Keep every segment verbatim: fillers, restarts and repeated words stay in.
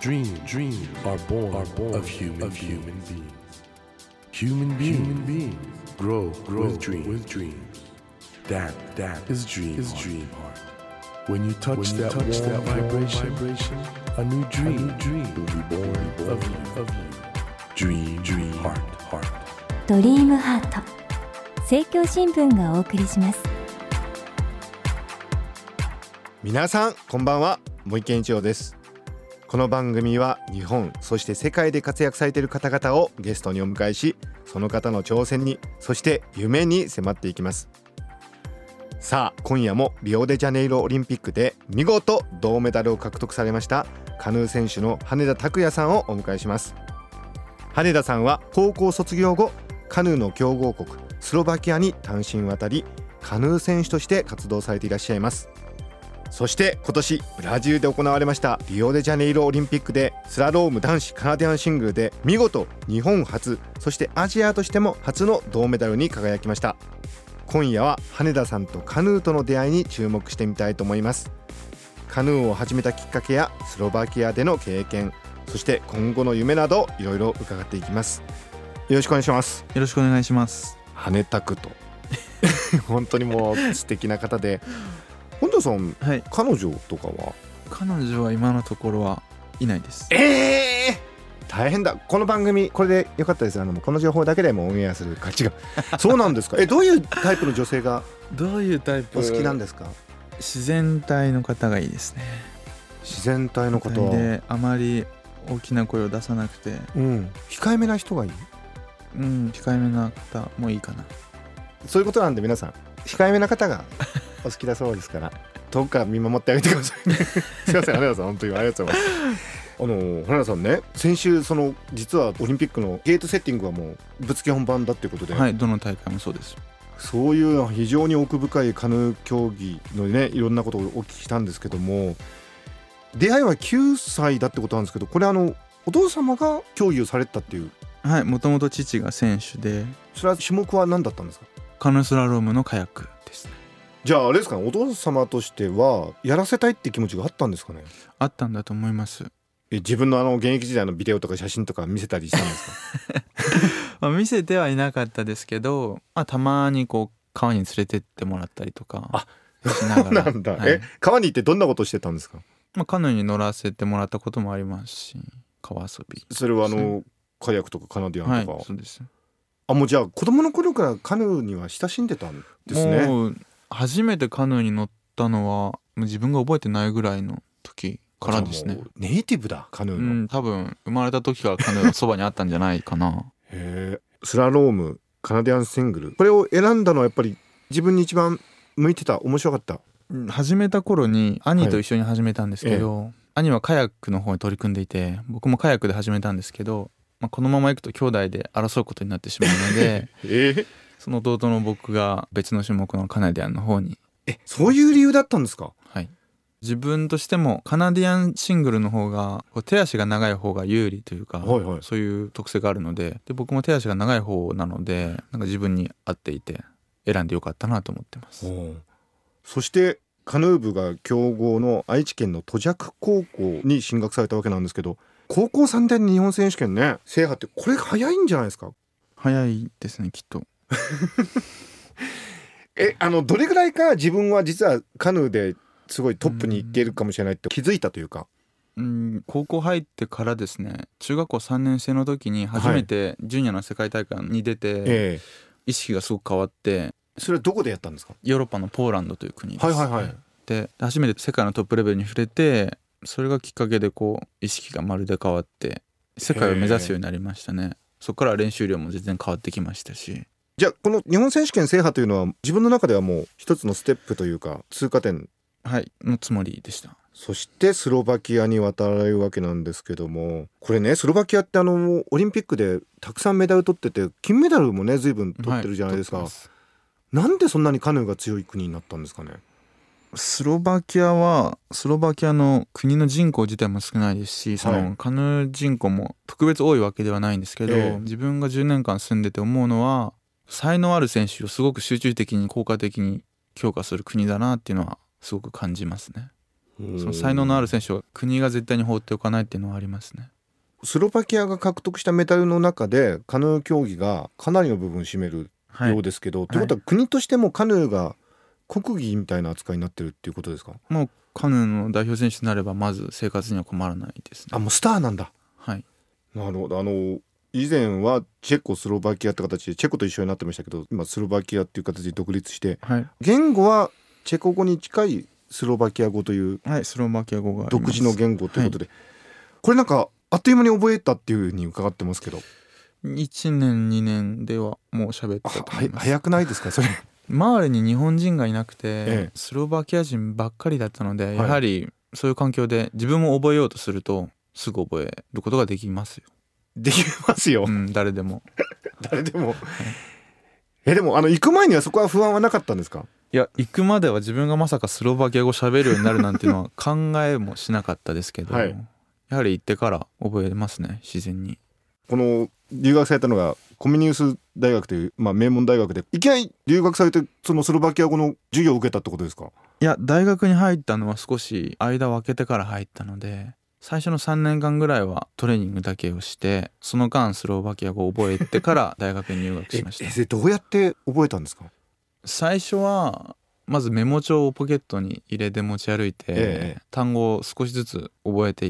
Dreams, dreams are born, are born of human, of human beings. Human beings, human beings grow, grow with, dream, with dreams. That, that is dream, is dream heart. When you touch, when you that, touch warm, that vibration, vibration, a new dream, a new dream will be born, born of you, of you. Dream, dream heart, heart. ドリームハート政教新聞がお送りします。 皆さんこんばんは、森健一郎です。この番組は日本そして世界で活躍されている方々をゲストにお迎えし、その方の挑戦にそして夢に迫っていきます。さあ今夜もリオデジャネイロオリンピックで見事銅メダルを獲得されましたカヌー選手の羽根田卓也さんをお迎えします。羽根田さんは高校卒業後カヌーの強豪国スロバキアに単身渡りカヌー選手として活動されていらっしゃいます。そして今年ブラジルで行われましたリオデジャネイロオリンピックでスラローム男子カナディアンシングルで見事日本初そしてアジアとしても初の銅メダルに輝きました。今夜は羽根田さんとカヌーとの出会いに注目してみたいと思います。カヌーを始めたきっかけやスロバキアでの経験、そして今後の夢などいろいろ伺っていきます。よろしくお願いします。 よろしくお願いします。 羽根田くと本当にもう素敵な方で本田さん、はい、彼女とかは？ 彼女は今のところはいないです。 えー、大変だ。この番組これでよかったです。あのこの情報だけでもオンエアする価値がそうなんですか。えどういうタイプの女性がどういうタイプお好きなんですか？ 自然体の方がいいですね。 自然体の方であまり大きな声を出さなくて、 うん、控えめな人がいい。 うん、控えめな方もいいかな。 そういうことなんで皆さん控えめな方がお好きだそうですから遠くから見守ってあげてくださいねすいません羽根田さん本当にありがとうございますあの羽根田さんね、先週その実はオリンピックのゲートセッティングはもうぶっつけ本番だっていうことで、 はい、どの大会もそうです。 そういう非常に奥深いカヌー競技のねいろんなことをお聞きしたんですけども、出会いはきゅうさいだってことなんですけど、これあのお父様が競技をされてたっていう？ はい、もともと父が選手で。 それは種目は何だったんですか？ カヌースラロームのカヤックですね。 じゃああれですか、お父様としてはやらせたいって気持ちがあったんですかね？ あったんだと思います。 え自分のあの現役時代のビデオとか写真とか見せたりしたんですか？ まあ見せてはいなかったですけど、まあ、たまにこう川に連れてってもらったりとかしながらなんだ、 はい、 え川に行ってどんなことしてたんですか？ まあ、カヌーに乗らせてもらったこともありますし、川遊び。 それはあのカヤックとかカナディアンとか、 はい、そうです。 あもうじゃあ子供の頃からカヌーには親しんでたんですね。 もう初めてカヌーに乗ったのはもう自分が覚えてないぐらいの時からですね。 ネイティブだカヌーの、 うん、多分生まれた時からカヌーがそばにあったんじゃないかなへえ。スラロームカナディアンシングル、これを選んだのはやっぱり自分に一番向いてた、面白かった？ 始めた頃に兄と一緒に始めたんですけど、はい、兄はカヤックの方に取り組んでいて、僕もカヤックで始めたんですけど、まあ、このままいくと兄弟で争うことになってしまうので、えー、その弟の僕が別の種目のカナディアンの方に。 えそういう理由だったんですか？ はい、自分としてもカナディアンシングルの方がこう手足が長い方が有利というか、はいはい、そういう特性があるの で, で僕も手足が長い方なのでなんか自分に合っていて選んでよかったなと思ってます。 そしてカヌー部が強豪の愛知県の戸弱高校に進学されたわけなんですけど、高校さんねん日本選手権ね制覇ってこれ早いんじゃないですか？ 早いですねきっとえあのどれぐらいか自分は実はカヌーですごいトップに行けるかもしれないって気づいたというか？ うん、高校入ってからですね、中学校さんねん生の時に初めてジュニアの世界大会に出て、はい、意識がすごく変わって。 それはどこでやったんですか？ ヨーロッパのポーランドという国です。 はいはいはい。 で初めて世界のトップレベルに触れて、それがきっかけでこう意識がまるで変わって世界を目指すようになりましたね。そこから練習量も全然変わってきましたし。 じゃあこの日本選手権制覇というのは自分の中ではもう一つのステップというか通過点、 はいのつもりでした。 そしてスロバキアに渡られるわけなんですけども、これねスロバキアってあのオリンピックでたくさんメダル取ってて金メダルもね随分取ってるじゃないですか、はい、なんでそんなにカヌーが強い国になったんですかね？ スロバキアはスロバキアの国の人口自体も少ないですし、そのカヌー人口も特別多いわけではないんですけど、えー、自分がじゅうねんかん住んでて思うのは才能ある選手をすごく集中的に効果的に強化する国だなっていうのはすごく感じますね。 その才能のある選手は国が絶対に放っておかないっていうのはありますね。 スロバキアが獲得したメダルの中でカヌー競技がかなりの部分を占めるようですけど、はい、ということは国としてもカヌーが国技みたいな扱いになってるっていうことですか？ もうカヌーの代表選手になればまず生活には困らないですね。 あ、もうスターなんだ。 はい。 なるほど。あの以前はチェコスロバキアって形でチェコと一緒になってましたけど、今スロバキアっていう形で独立して、はい、言語はチェコ語に近いスロバキア語という、 はい、スロバキア語が独自の言語ということで、はい、これなんかあっという間に覚えたっていうふうに伺ってますけど、 いちねんにねんではもう喋ったと思います。 早くないですかそれ？ 周りに日本人がいなくて、ええ、スロバキア人ばっかりだったので、はい、やはりそういう環境で自分も覚えようとするとすぐ覚えることができますよ。 できますよ、 うん、誰でも誰でも、はい、えでもあの行く前にはそこは不安はなかったんですか？ いや、行くまでは自分がまさかスロバキア語喋るようになるなんていうのは考えもしなかったですけど、はい、やはり行ってから覚えますね、自然に。 この留学されたのがコミニウス大学という、まあ、名門大学で、いきなり留学されてそのスロバキア語の授業を受けたってことですか？ いや、大学に入ったのは少し間を空けてから入ったので、最初のさんねんかんぐらいはトレーニングだけをして、その間スロバキア語を覚えてから大学に入学しました。 ええどうやって覚えたんですか？ 最初はまずメモ帳をポケットに入れて持ち歩いて、ええ、単語を少しずつ覚えていって、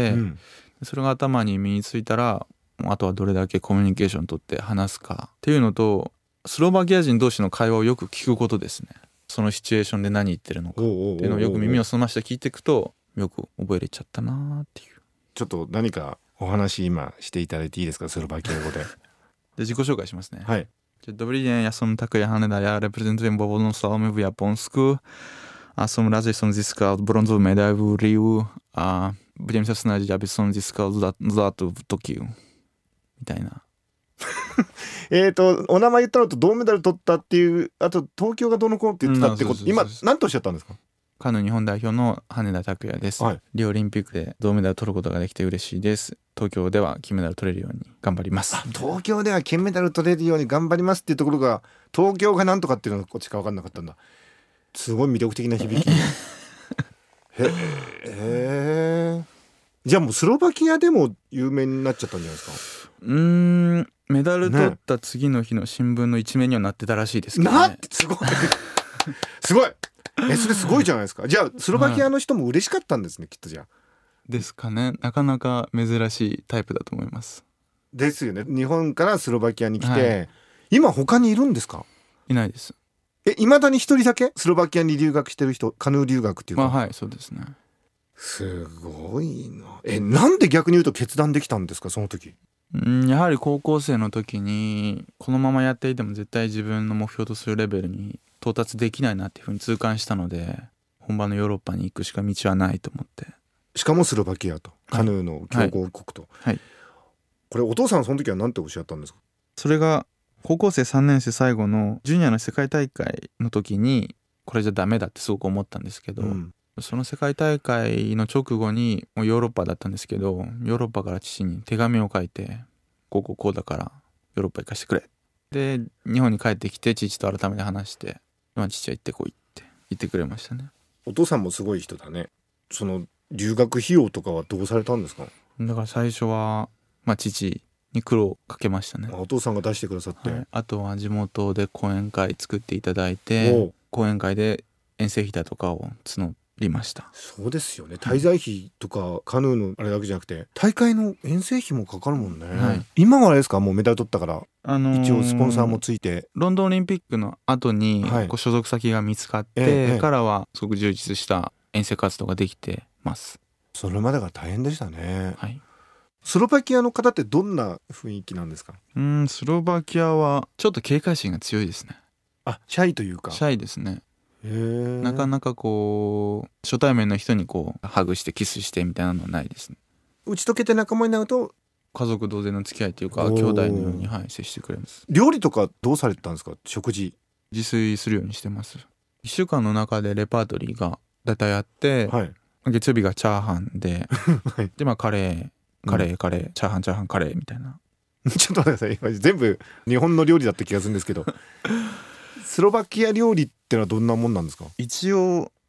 うん、それが頭に身についたら、あとはどれだけコミュニケーション取って話すかっていうのと、スロバキア人同士の会話をよく聞くことですね。そのシチュエーションで何言ってるのかっていうのをよく耳を澄まして聞いていくと、よく覚えれちゃったなっていう。 ちょっと何かお話今していただいていいですか？スロバキア語で。で自己紹介しますね。 はい。 Dobrý deň, ja som Takuya Haneda, ja reprezentujem Bobodnom slalomu v Japonsku a som rád, že som získal bronzovú medailu v Riu a budem sa snažiť, aby som získal zlatú v Tokiuみたいな。 えっとお名前言ったのと銅メダル取ったっていう、あと東京がどの子って言ってたってこと、今何とおっしゃったんですか？ カヌー日本代表の羽田拓也です、はい、リオオリンピックで銅メダル取ることができて嬉しいです。東京では金メダル取れるように頑張ります。 あ、東京では金メダル取れるように頑張りますっていうところが、東京がなんとかっていうのがこっちか分かんなかったんだ。すごい魅力的な響き。へえ。じゃあもうスロバキアでも有名になっちゃったんじゃないですか？ うーん、メダル取った次の日の新聞の一面にはなってたらしいですけどね。 なってすごいすごい。え、それすごいじゃないですか。じゃあスロバキアの人も嬉しかったんですね、はい、きっと。じゃあですかね。なかなか珍しいタイプだと思います。 ですよね。日本からスロバキアに来て、はい、今他にいるんですか？ いないです。 え、未だに一人だけスロバキアに留学してる人、カヌー留学っていうか。 まあ、はい、そうですね。 すごいな。え、なんで逆に言うと決断できたんですか、その時？ んやはり高校生の時に、このままやっていても絶対自分の目標とするレベルに到達できないなっていうふうに痛感したので、本場のヨーロッパに行くしか道はないと思って。 しかもスロバキアと、カヌーの強豪国と、はいはい、これお父さんその時は何ておっしゃったんですか？ それが高校生さんねん生最後のジュニアの世界大会の時に、これじゃダメだってすごく思ったんですけど、うん、その世界大会の直後にもうヨーロッパだったんですけど、ヨーロッパから父に手紙を書いて、こうこうこうだからヨーロッパ行かせてくれ。で日本に帰ってきて父と改めて話して、まあ、父は行ってこいって言ってくれましたね。 お父さんもすごい人だね。その留学費用とかはどうされたんですか？ だから最初は、まあ、父に苦労をかけましたね。 お父さんが出してくださって、はい、 あとは地元で講演会作っていただいて、講演会で遠征費だとかを募りました。 そうですよね。滞在費とかカヌーのあれだけじゃなくて、大会の遠征費もかかるもんね、はい、今はあれですか、もうメダル取ったから、あのー、一応スポンサーもついて、 ロンドンオリンピックの後にこう所属先が見つかって、はい、からはすごく充実した遠征活動ができてます。 それまでが大変でしたね、 はい。 スロバキアの方ってどんな雰囲気なんですか？ うん、スロバキアはちょっと警戒心が強いですね。 あ、シャイというか。 シャイですね。 へー。 なかなかこう初対面の人にこうハグしてキスしてみたいなのはないですね。 打ち解けて仲間になると家族同然の付き合いというか兄弟のように、はい、接してくれます。 料理とかどうされてたんですか？食事自炊するようにしてます。いっしゅうかんの中でレパートリーがだいたいあって、はい、月曜日がチャーハンで、はい、でまあカレーカレーカレー、うん、チャーハンチャーハンカレーみたいな。 ちょっと待ってください、全部日本の料理だった気がするんですけどスロバキア料理ってのはどんなもんなんですか？ 一応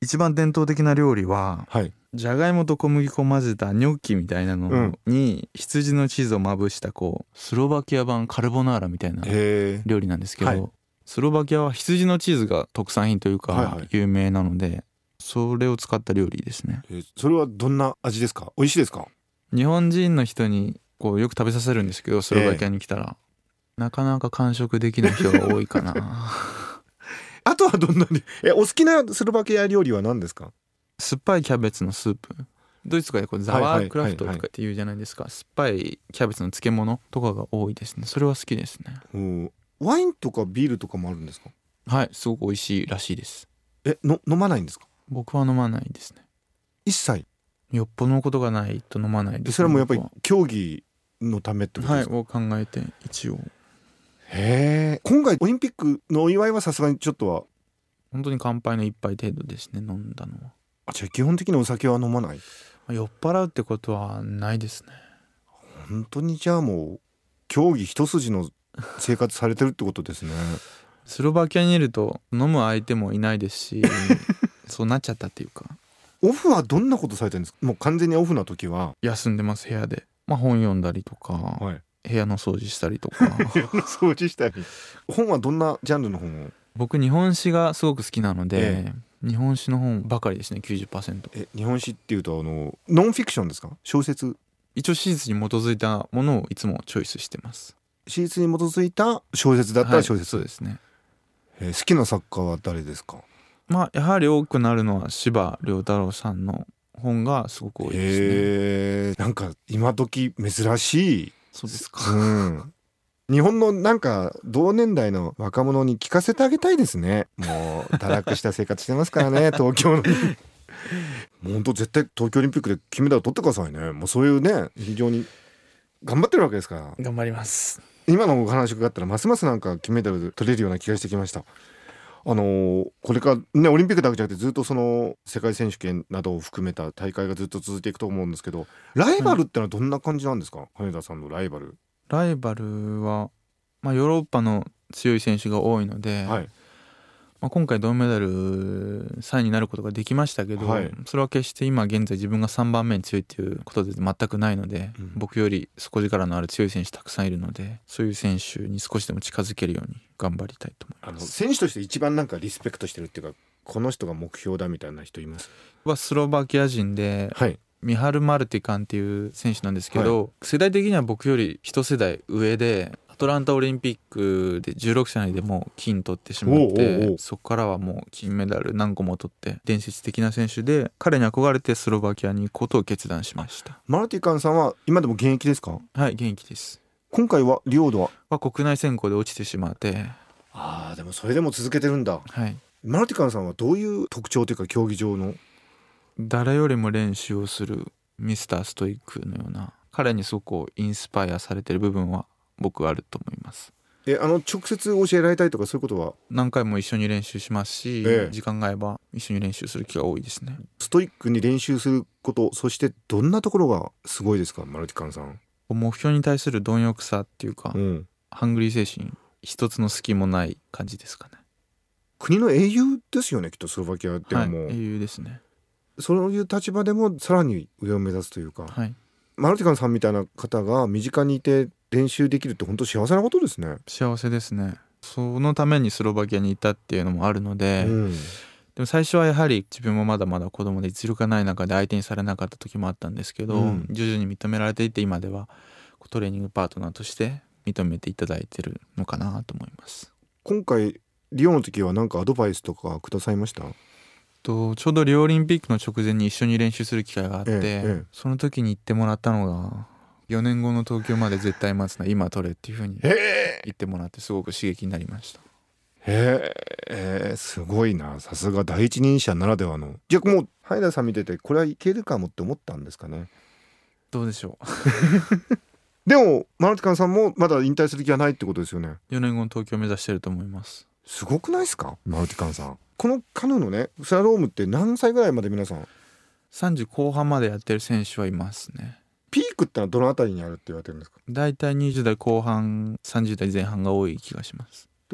一番伝統的な料理は、 はい、 じゃがいもと小麦粉を混ぜたニョッキみたいなのに、うん、羊のチーズをまぶしたこうスロバキア版カルボナーラみたいな料理なんですけど、はい、スロバキアは羊のチーズが特産品というか有名なので、はいはい、それを使った料理ですね。 えー、それはどんな味ですか？美味しいですか？ 日本人の人にこうよく食べさせるんですけど、スロバキアに来たら、えー、なかなか完食できない人が多いかなあとはどんなにえお好きなスロバキア料理は何ですか？酸っぱいキャベツのスープ、ドイツでこうザワークラフトとかっていうじゃないですか、酸っぱいキャベツの漬物とかが多いですね。それは好きですね。 うん、ワインとかビールとかもあるんですか？ はい、すごく美味しいらしいです。 えの飲まないんですか？ 僕は飲まないですね。 一切？ よっぽどのことがないと飲まないです、ね。 それはもうやっぱり競技のためってことですか？ はい、を考えて一応。 へえ。今回オリンピックのお祝いはさすがにちょっとは本当に乾杯の一杯程度ですね、飲んだのは。 あ、じゃあ基本的にお酒は飲まない？ 酔っ払うってことはないですね。 本当にじゃあもう競技一筋の生活されてるってことですね。 スロバキアにいると飲む相手もいないですしそうなっちゃったっていうか。 オフはどんなことされてるんですか？もう完全にオフな時は休んでます。部屋で、まあ、本読んだりとか、はい、部屋の掃除したりとか部屋の掃除したり。本はどんなジャンルの本を？ 僕日本史がすごく好きなので、ええ、日本史の本ばかりですね。 きゅうじゅっパーセント。 え日本史っていうとあのノンフィクションですか？小説？ 一応史実に基づいたものをいつもチョイスしてます。 史実に基づいた小説だったら小説、はい、 そうですね。 えー、好きな作家は誰ですか？ まあやはり多くなるのは司馬遼太郎さんの本がすごく多いですね。 へー、なんか今時珍しい。 そうですか、 うん、日本のなんか同年代の若者に聞かせてあげたいですね。もう堕落した生活してますからね東京のもう本当絶対東京オリンピックで金メダル取ってくださいね。もうそういうね非常に頑張ってるわけですから。 頑張ります。 今のお話があったらますますなんか金メダル取れるような気がしてきました。あのー、これからねオリンピックだけじゃなくてずっとその世界選手権などを含めた大会がずっと続いていくと思うんですけど、ライバルってのはどんな感じなんですか、うん、羽根田さんのライバル。 ライバルは、まあ、ヨーロッパの強い選手が多いので、はい、まあ、今回銅メダルさんいになることができましたけど、はい、それは決して今現在自分がさんばんめに強いっていうことで全くないので、うん、僕より底力のある強い選手たくさんいるので、そういう選手に少しでも近づけるように頑張りたいと思います。 あの選手として一番なんかリスペクトしてるっていうか、この人が目標だみたいな人います？ はスロバキア人で、はい、ミハル・マルティカンっていう選手なんですけど、はい、世代的には僕より一世代上で、アトランタオリンピックでじゅうろくさいでもう金取ってしまって、おうおうおう、そこからはもう金メダル何個も取って伝説的な選手で、彼に憧れてスロバキアに行くことを決断しました。 マルティカンさんは今でも現役ですか？ はい、現役です。 今回はリオドは、 は国内選考で落ちてしまって。 ああ、でもそれでも続けてるんだ。 はい。 マルティカンさんはどういう特徴というか競技場の？ 誰よりも練習をするミスターストイックのような、彼にすごくインスパイアされてる部分は僕はあると思います。 えあの直接教えられたりとかそういうことは？ 何回も一緒に練習しますし、ええ、時間が合えば一緒に練習する気が多いですね。 ストイックに練習すること、そしてどんなところがすごいですか、マルティカンさん？ 目標に対する貪欲さっていうか、うん、ハングリー精神一つの隙もない感じですかね。 国の英雄ですよね、きっとスロバキアってはもう、 はい、英雄ですね。 そういう立場でもさらに上を目指すというか、 はい、 マルティカンさんみたいな方が身近にいて練習できるって本当幸せなことですね。 幸せですね。そのためにスロバキアにいたっていうのもあるので、うん、でも最初はやはり自分もまだまだ子供で実力がない中で相手にされなかった時もあったんですけど、うん、徐々に認められていて、今ではトレーニングパートナーとして認めていただいてるのかなと思います。 今回リオの時は何かアドバイスとかくださいました？ とちょうどリオオリンピックの直前に一緒に練習する機会があって、ええええ、その時に言ってもらったのが、よねんごの東京まで絶対待つな、今取れっていう風に言ってもらって、すごく刺激になりました。 へえ、すごいな。さすが第一人者ならではの。じゃあもう羽田さん見ててこれはいけるかもって思ったんですかね？ どうでしょうでもマルティカンさんもまだ引退する気はないってことですよね？ よねんごの東京を目指してると思います。 すごくないですか、マルティカンさん。このカヌーのねスラロームって何歳ぐらいまで皆さん？ さんじゅうこう半までやってる選手はいますね。 ピークってのはどのあたりにあるって言われてるんですか？ だいたいにじゅう代後半さんじゅう代前半が多い気がします。 ということは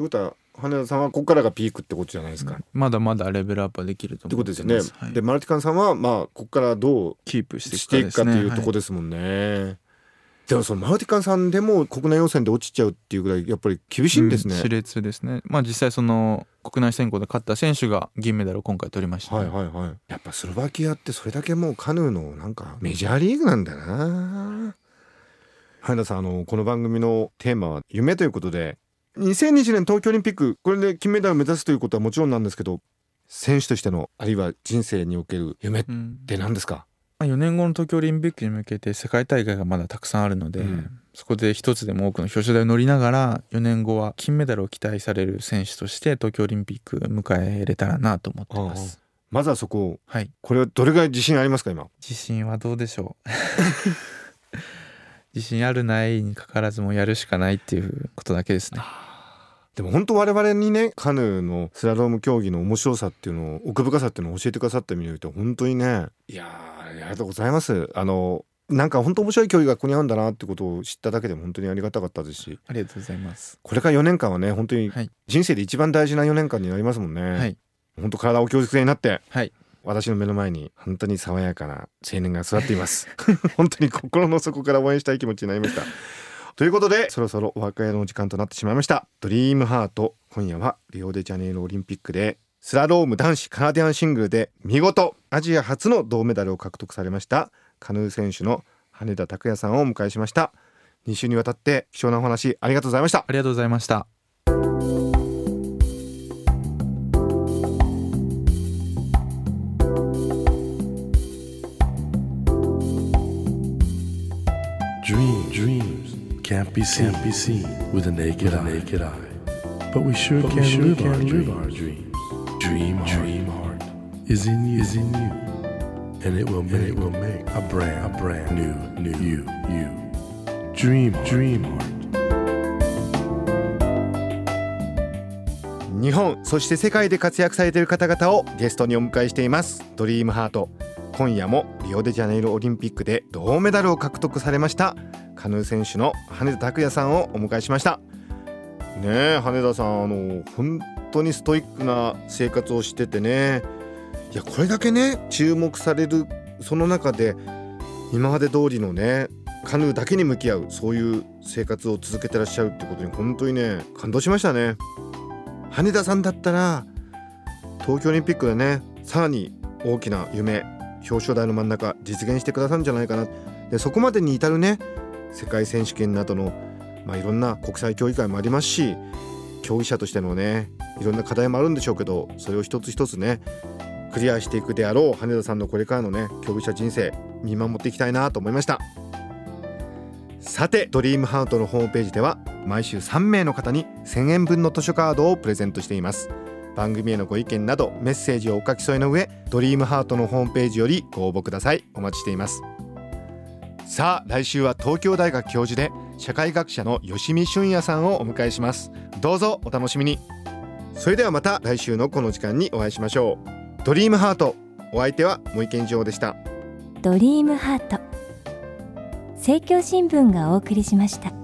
羽田さんはここからがピークってことじゃないですか、うん、 まだまだレベルアップはできると思ってますってことですよね、はい、でマルティカンさんはまあここからどうキープしていくかですね、していくかというところですもんね、はい、でもそのマルティカンさんでも国内予選で落ちちゃうっていうぐらいやっぱり厳しいんですね、 うん、熾烈ですね。まあ実際その国内選考で勝った選手が銀メダルを今回取りました、ね、 はいはいはい。やっぱスロバキアってそれだけもうカヌーのなんかメジャーリーグなんだな。羽田さん、あのこの番組のテーマは夢ということで、にせんにじゅうねん東京オリンピックこれで金メダルを目指すということはもちろんなんですけど、選手としてのあるいは人生における夢って何ですか？ うん、よねんごの東京オリンピックに向けて世界大会がまだたくさんあるので、うん、そこで一つでも多くの表彰台を乗りながらよねんごは金メダルを期待される選手として東京オリンピックを迎えれたらなと思ってます。 ああ、まずはそこを、 はい、 これはどれぐらい自信ありますか？今自信はどうでしょう自信あるないにかかわらずもやるしかないっていうことだけですね。 でも本当我々にね、カヌーのスラローム競技の面白さっていうのを、奥深さっていうのを教えてくださってみると本当にね、いやーありがとうございます。あのなんか本当面白い競技がここにあるんだなってことを知っただけでも本当にありがたかったですし、 ありがとうございます。 これからよねんかんはね、本当に人生で一番大事なよねんかんになりますもんね、はい、本当体をお気をつけになって、はい、私の目の前に本当に爽やかな青年が座っています本当に心の底から応援したい気持ちになりましたということで、そろそろお別れの時間となってしまいました。ドリームハート、今夜はリオデジャネイロオリンピックでスラローム男子カナディアンシングルで見事アジア初の銅メダルを獲得されましたカヌー選手の羽田拓也さんをお迎えしました。に週にわたって貴重なお話ありがとうございました。 ありがとうございました。 Dream, dreams can't be seen, can't be seen with a naked, with a naked eye. eye. But we sure but can, we sure live, can our live our dreams. Dream, dream heart, heart is in you, is in you, and it will make, and it will make a brand, a brand new, new you, you. Dream, dream heart. 日本そして世界で活躍されている方々をゲストにお迎えしています。ドリームハート、今夜もリオデジャネイロオリンピックで銅メダルを獲得されましたカヌー選手の羽田拓也さんをお迎えしましたね。え羽田さん、あの本当にストイックな生活をしててね、いやこれだけね注目されるその中で今まで通りのねカヌーだけに向き合う、そういう生活を続けてらっしゃるってことに本当にね感動しましたね。羽田さんだったら東京オリンピックでねさらに大きな夢、表彰台の真ん中実現してくださるんじゃないかな。でそこまでに至るね世界選手権などの、まあ、いろんな国際競技会もありますし、競技者としてのねいろんな課題もあるんでしょうけど、それを一つ一つねクリアしていくであろう羽田さんのこれからのね競技者人生見守っていきたいなと思いました。さてドリームハートのホームページでは毎週さんめいの方にせんえんぶんの図書カードをプレゼントしています。番組へのご意見などメッセージをお書き添えの上、ドリームハートのホームページよりご応募ください。お待ちしています。さあ来週は東京大学教授で社会学者の吉見俊也さんをお迎えします。どうぞお楽しみに。それではまた来週のこの時間にお会いしましょう。ドリームハート、お相手は森健一郎でした。 ドリームハート、政教新聞がお送りしました。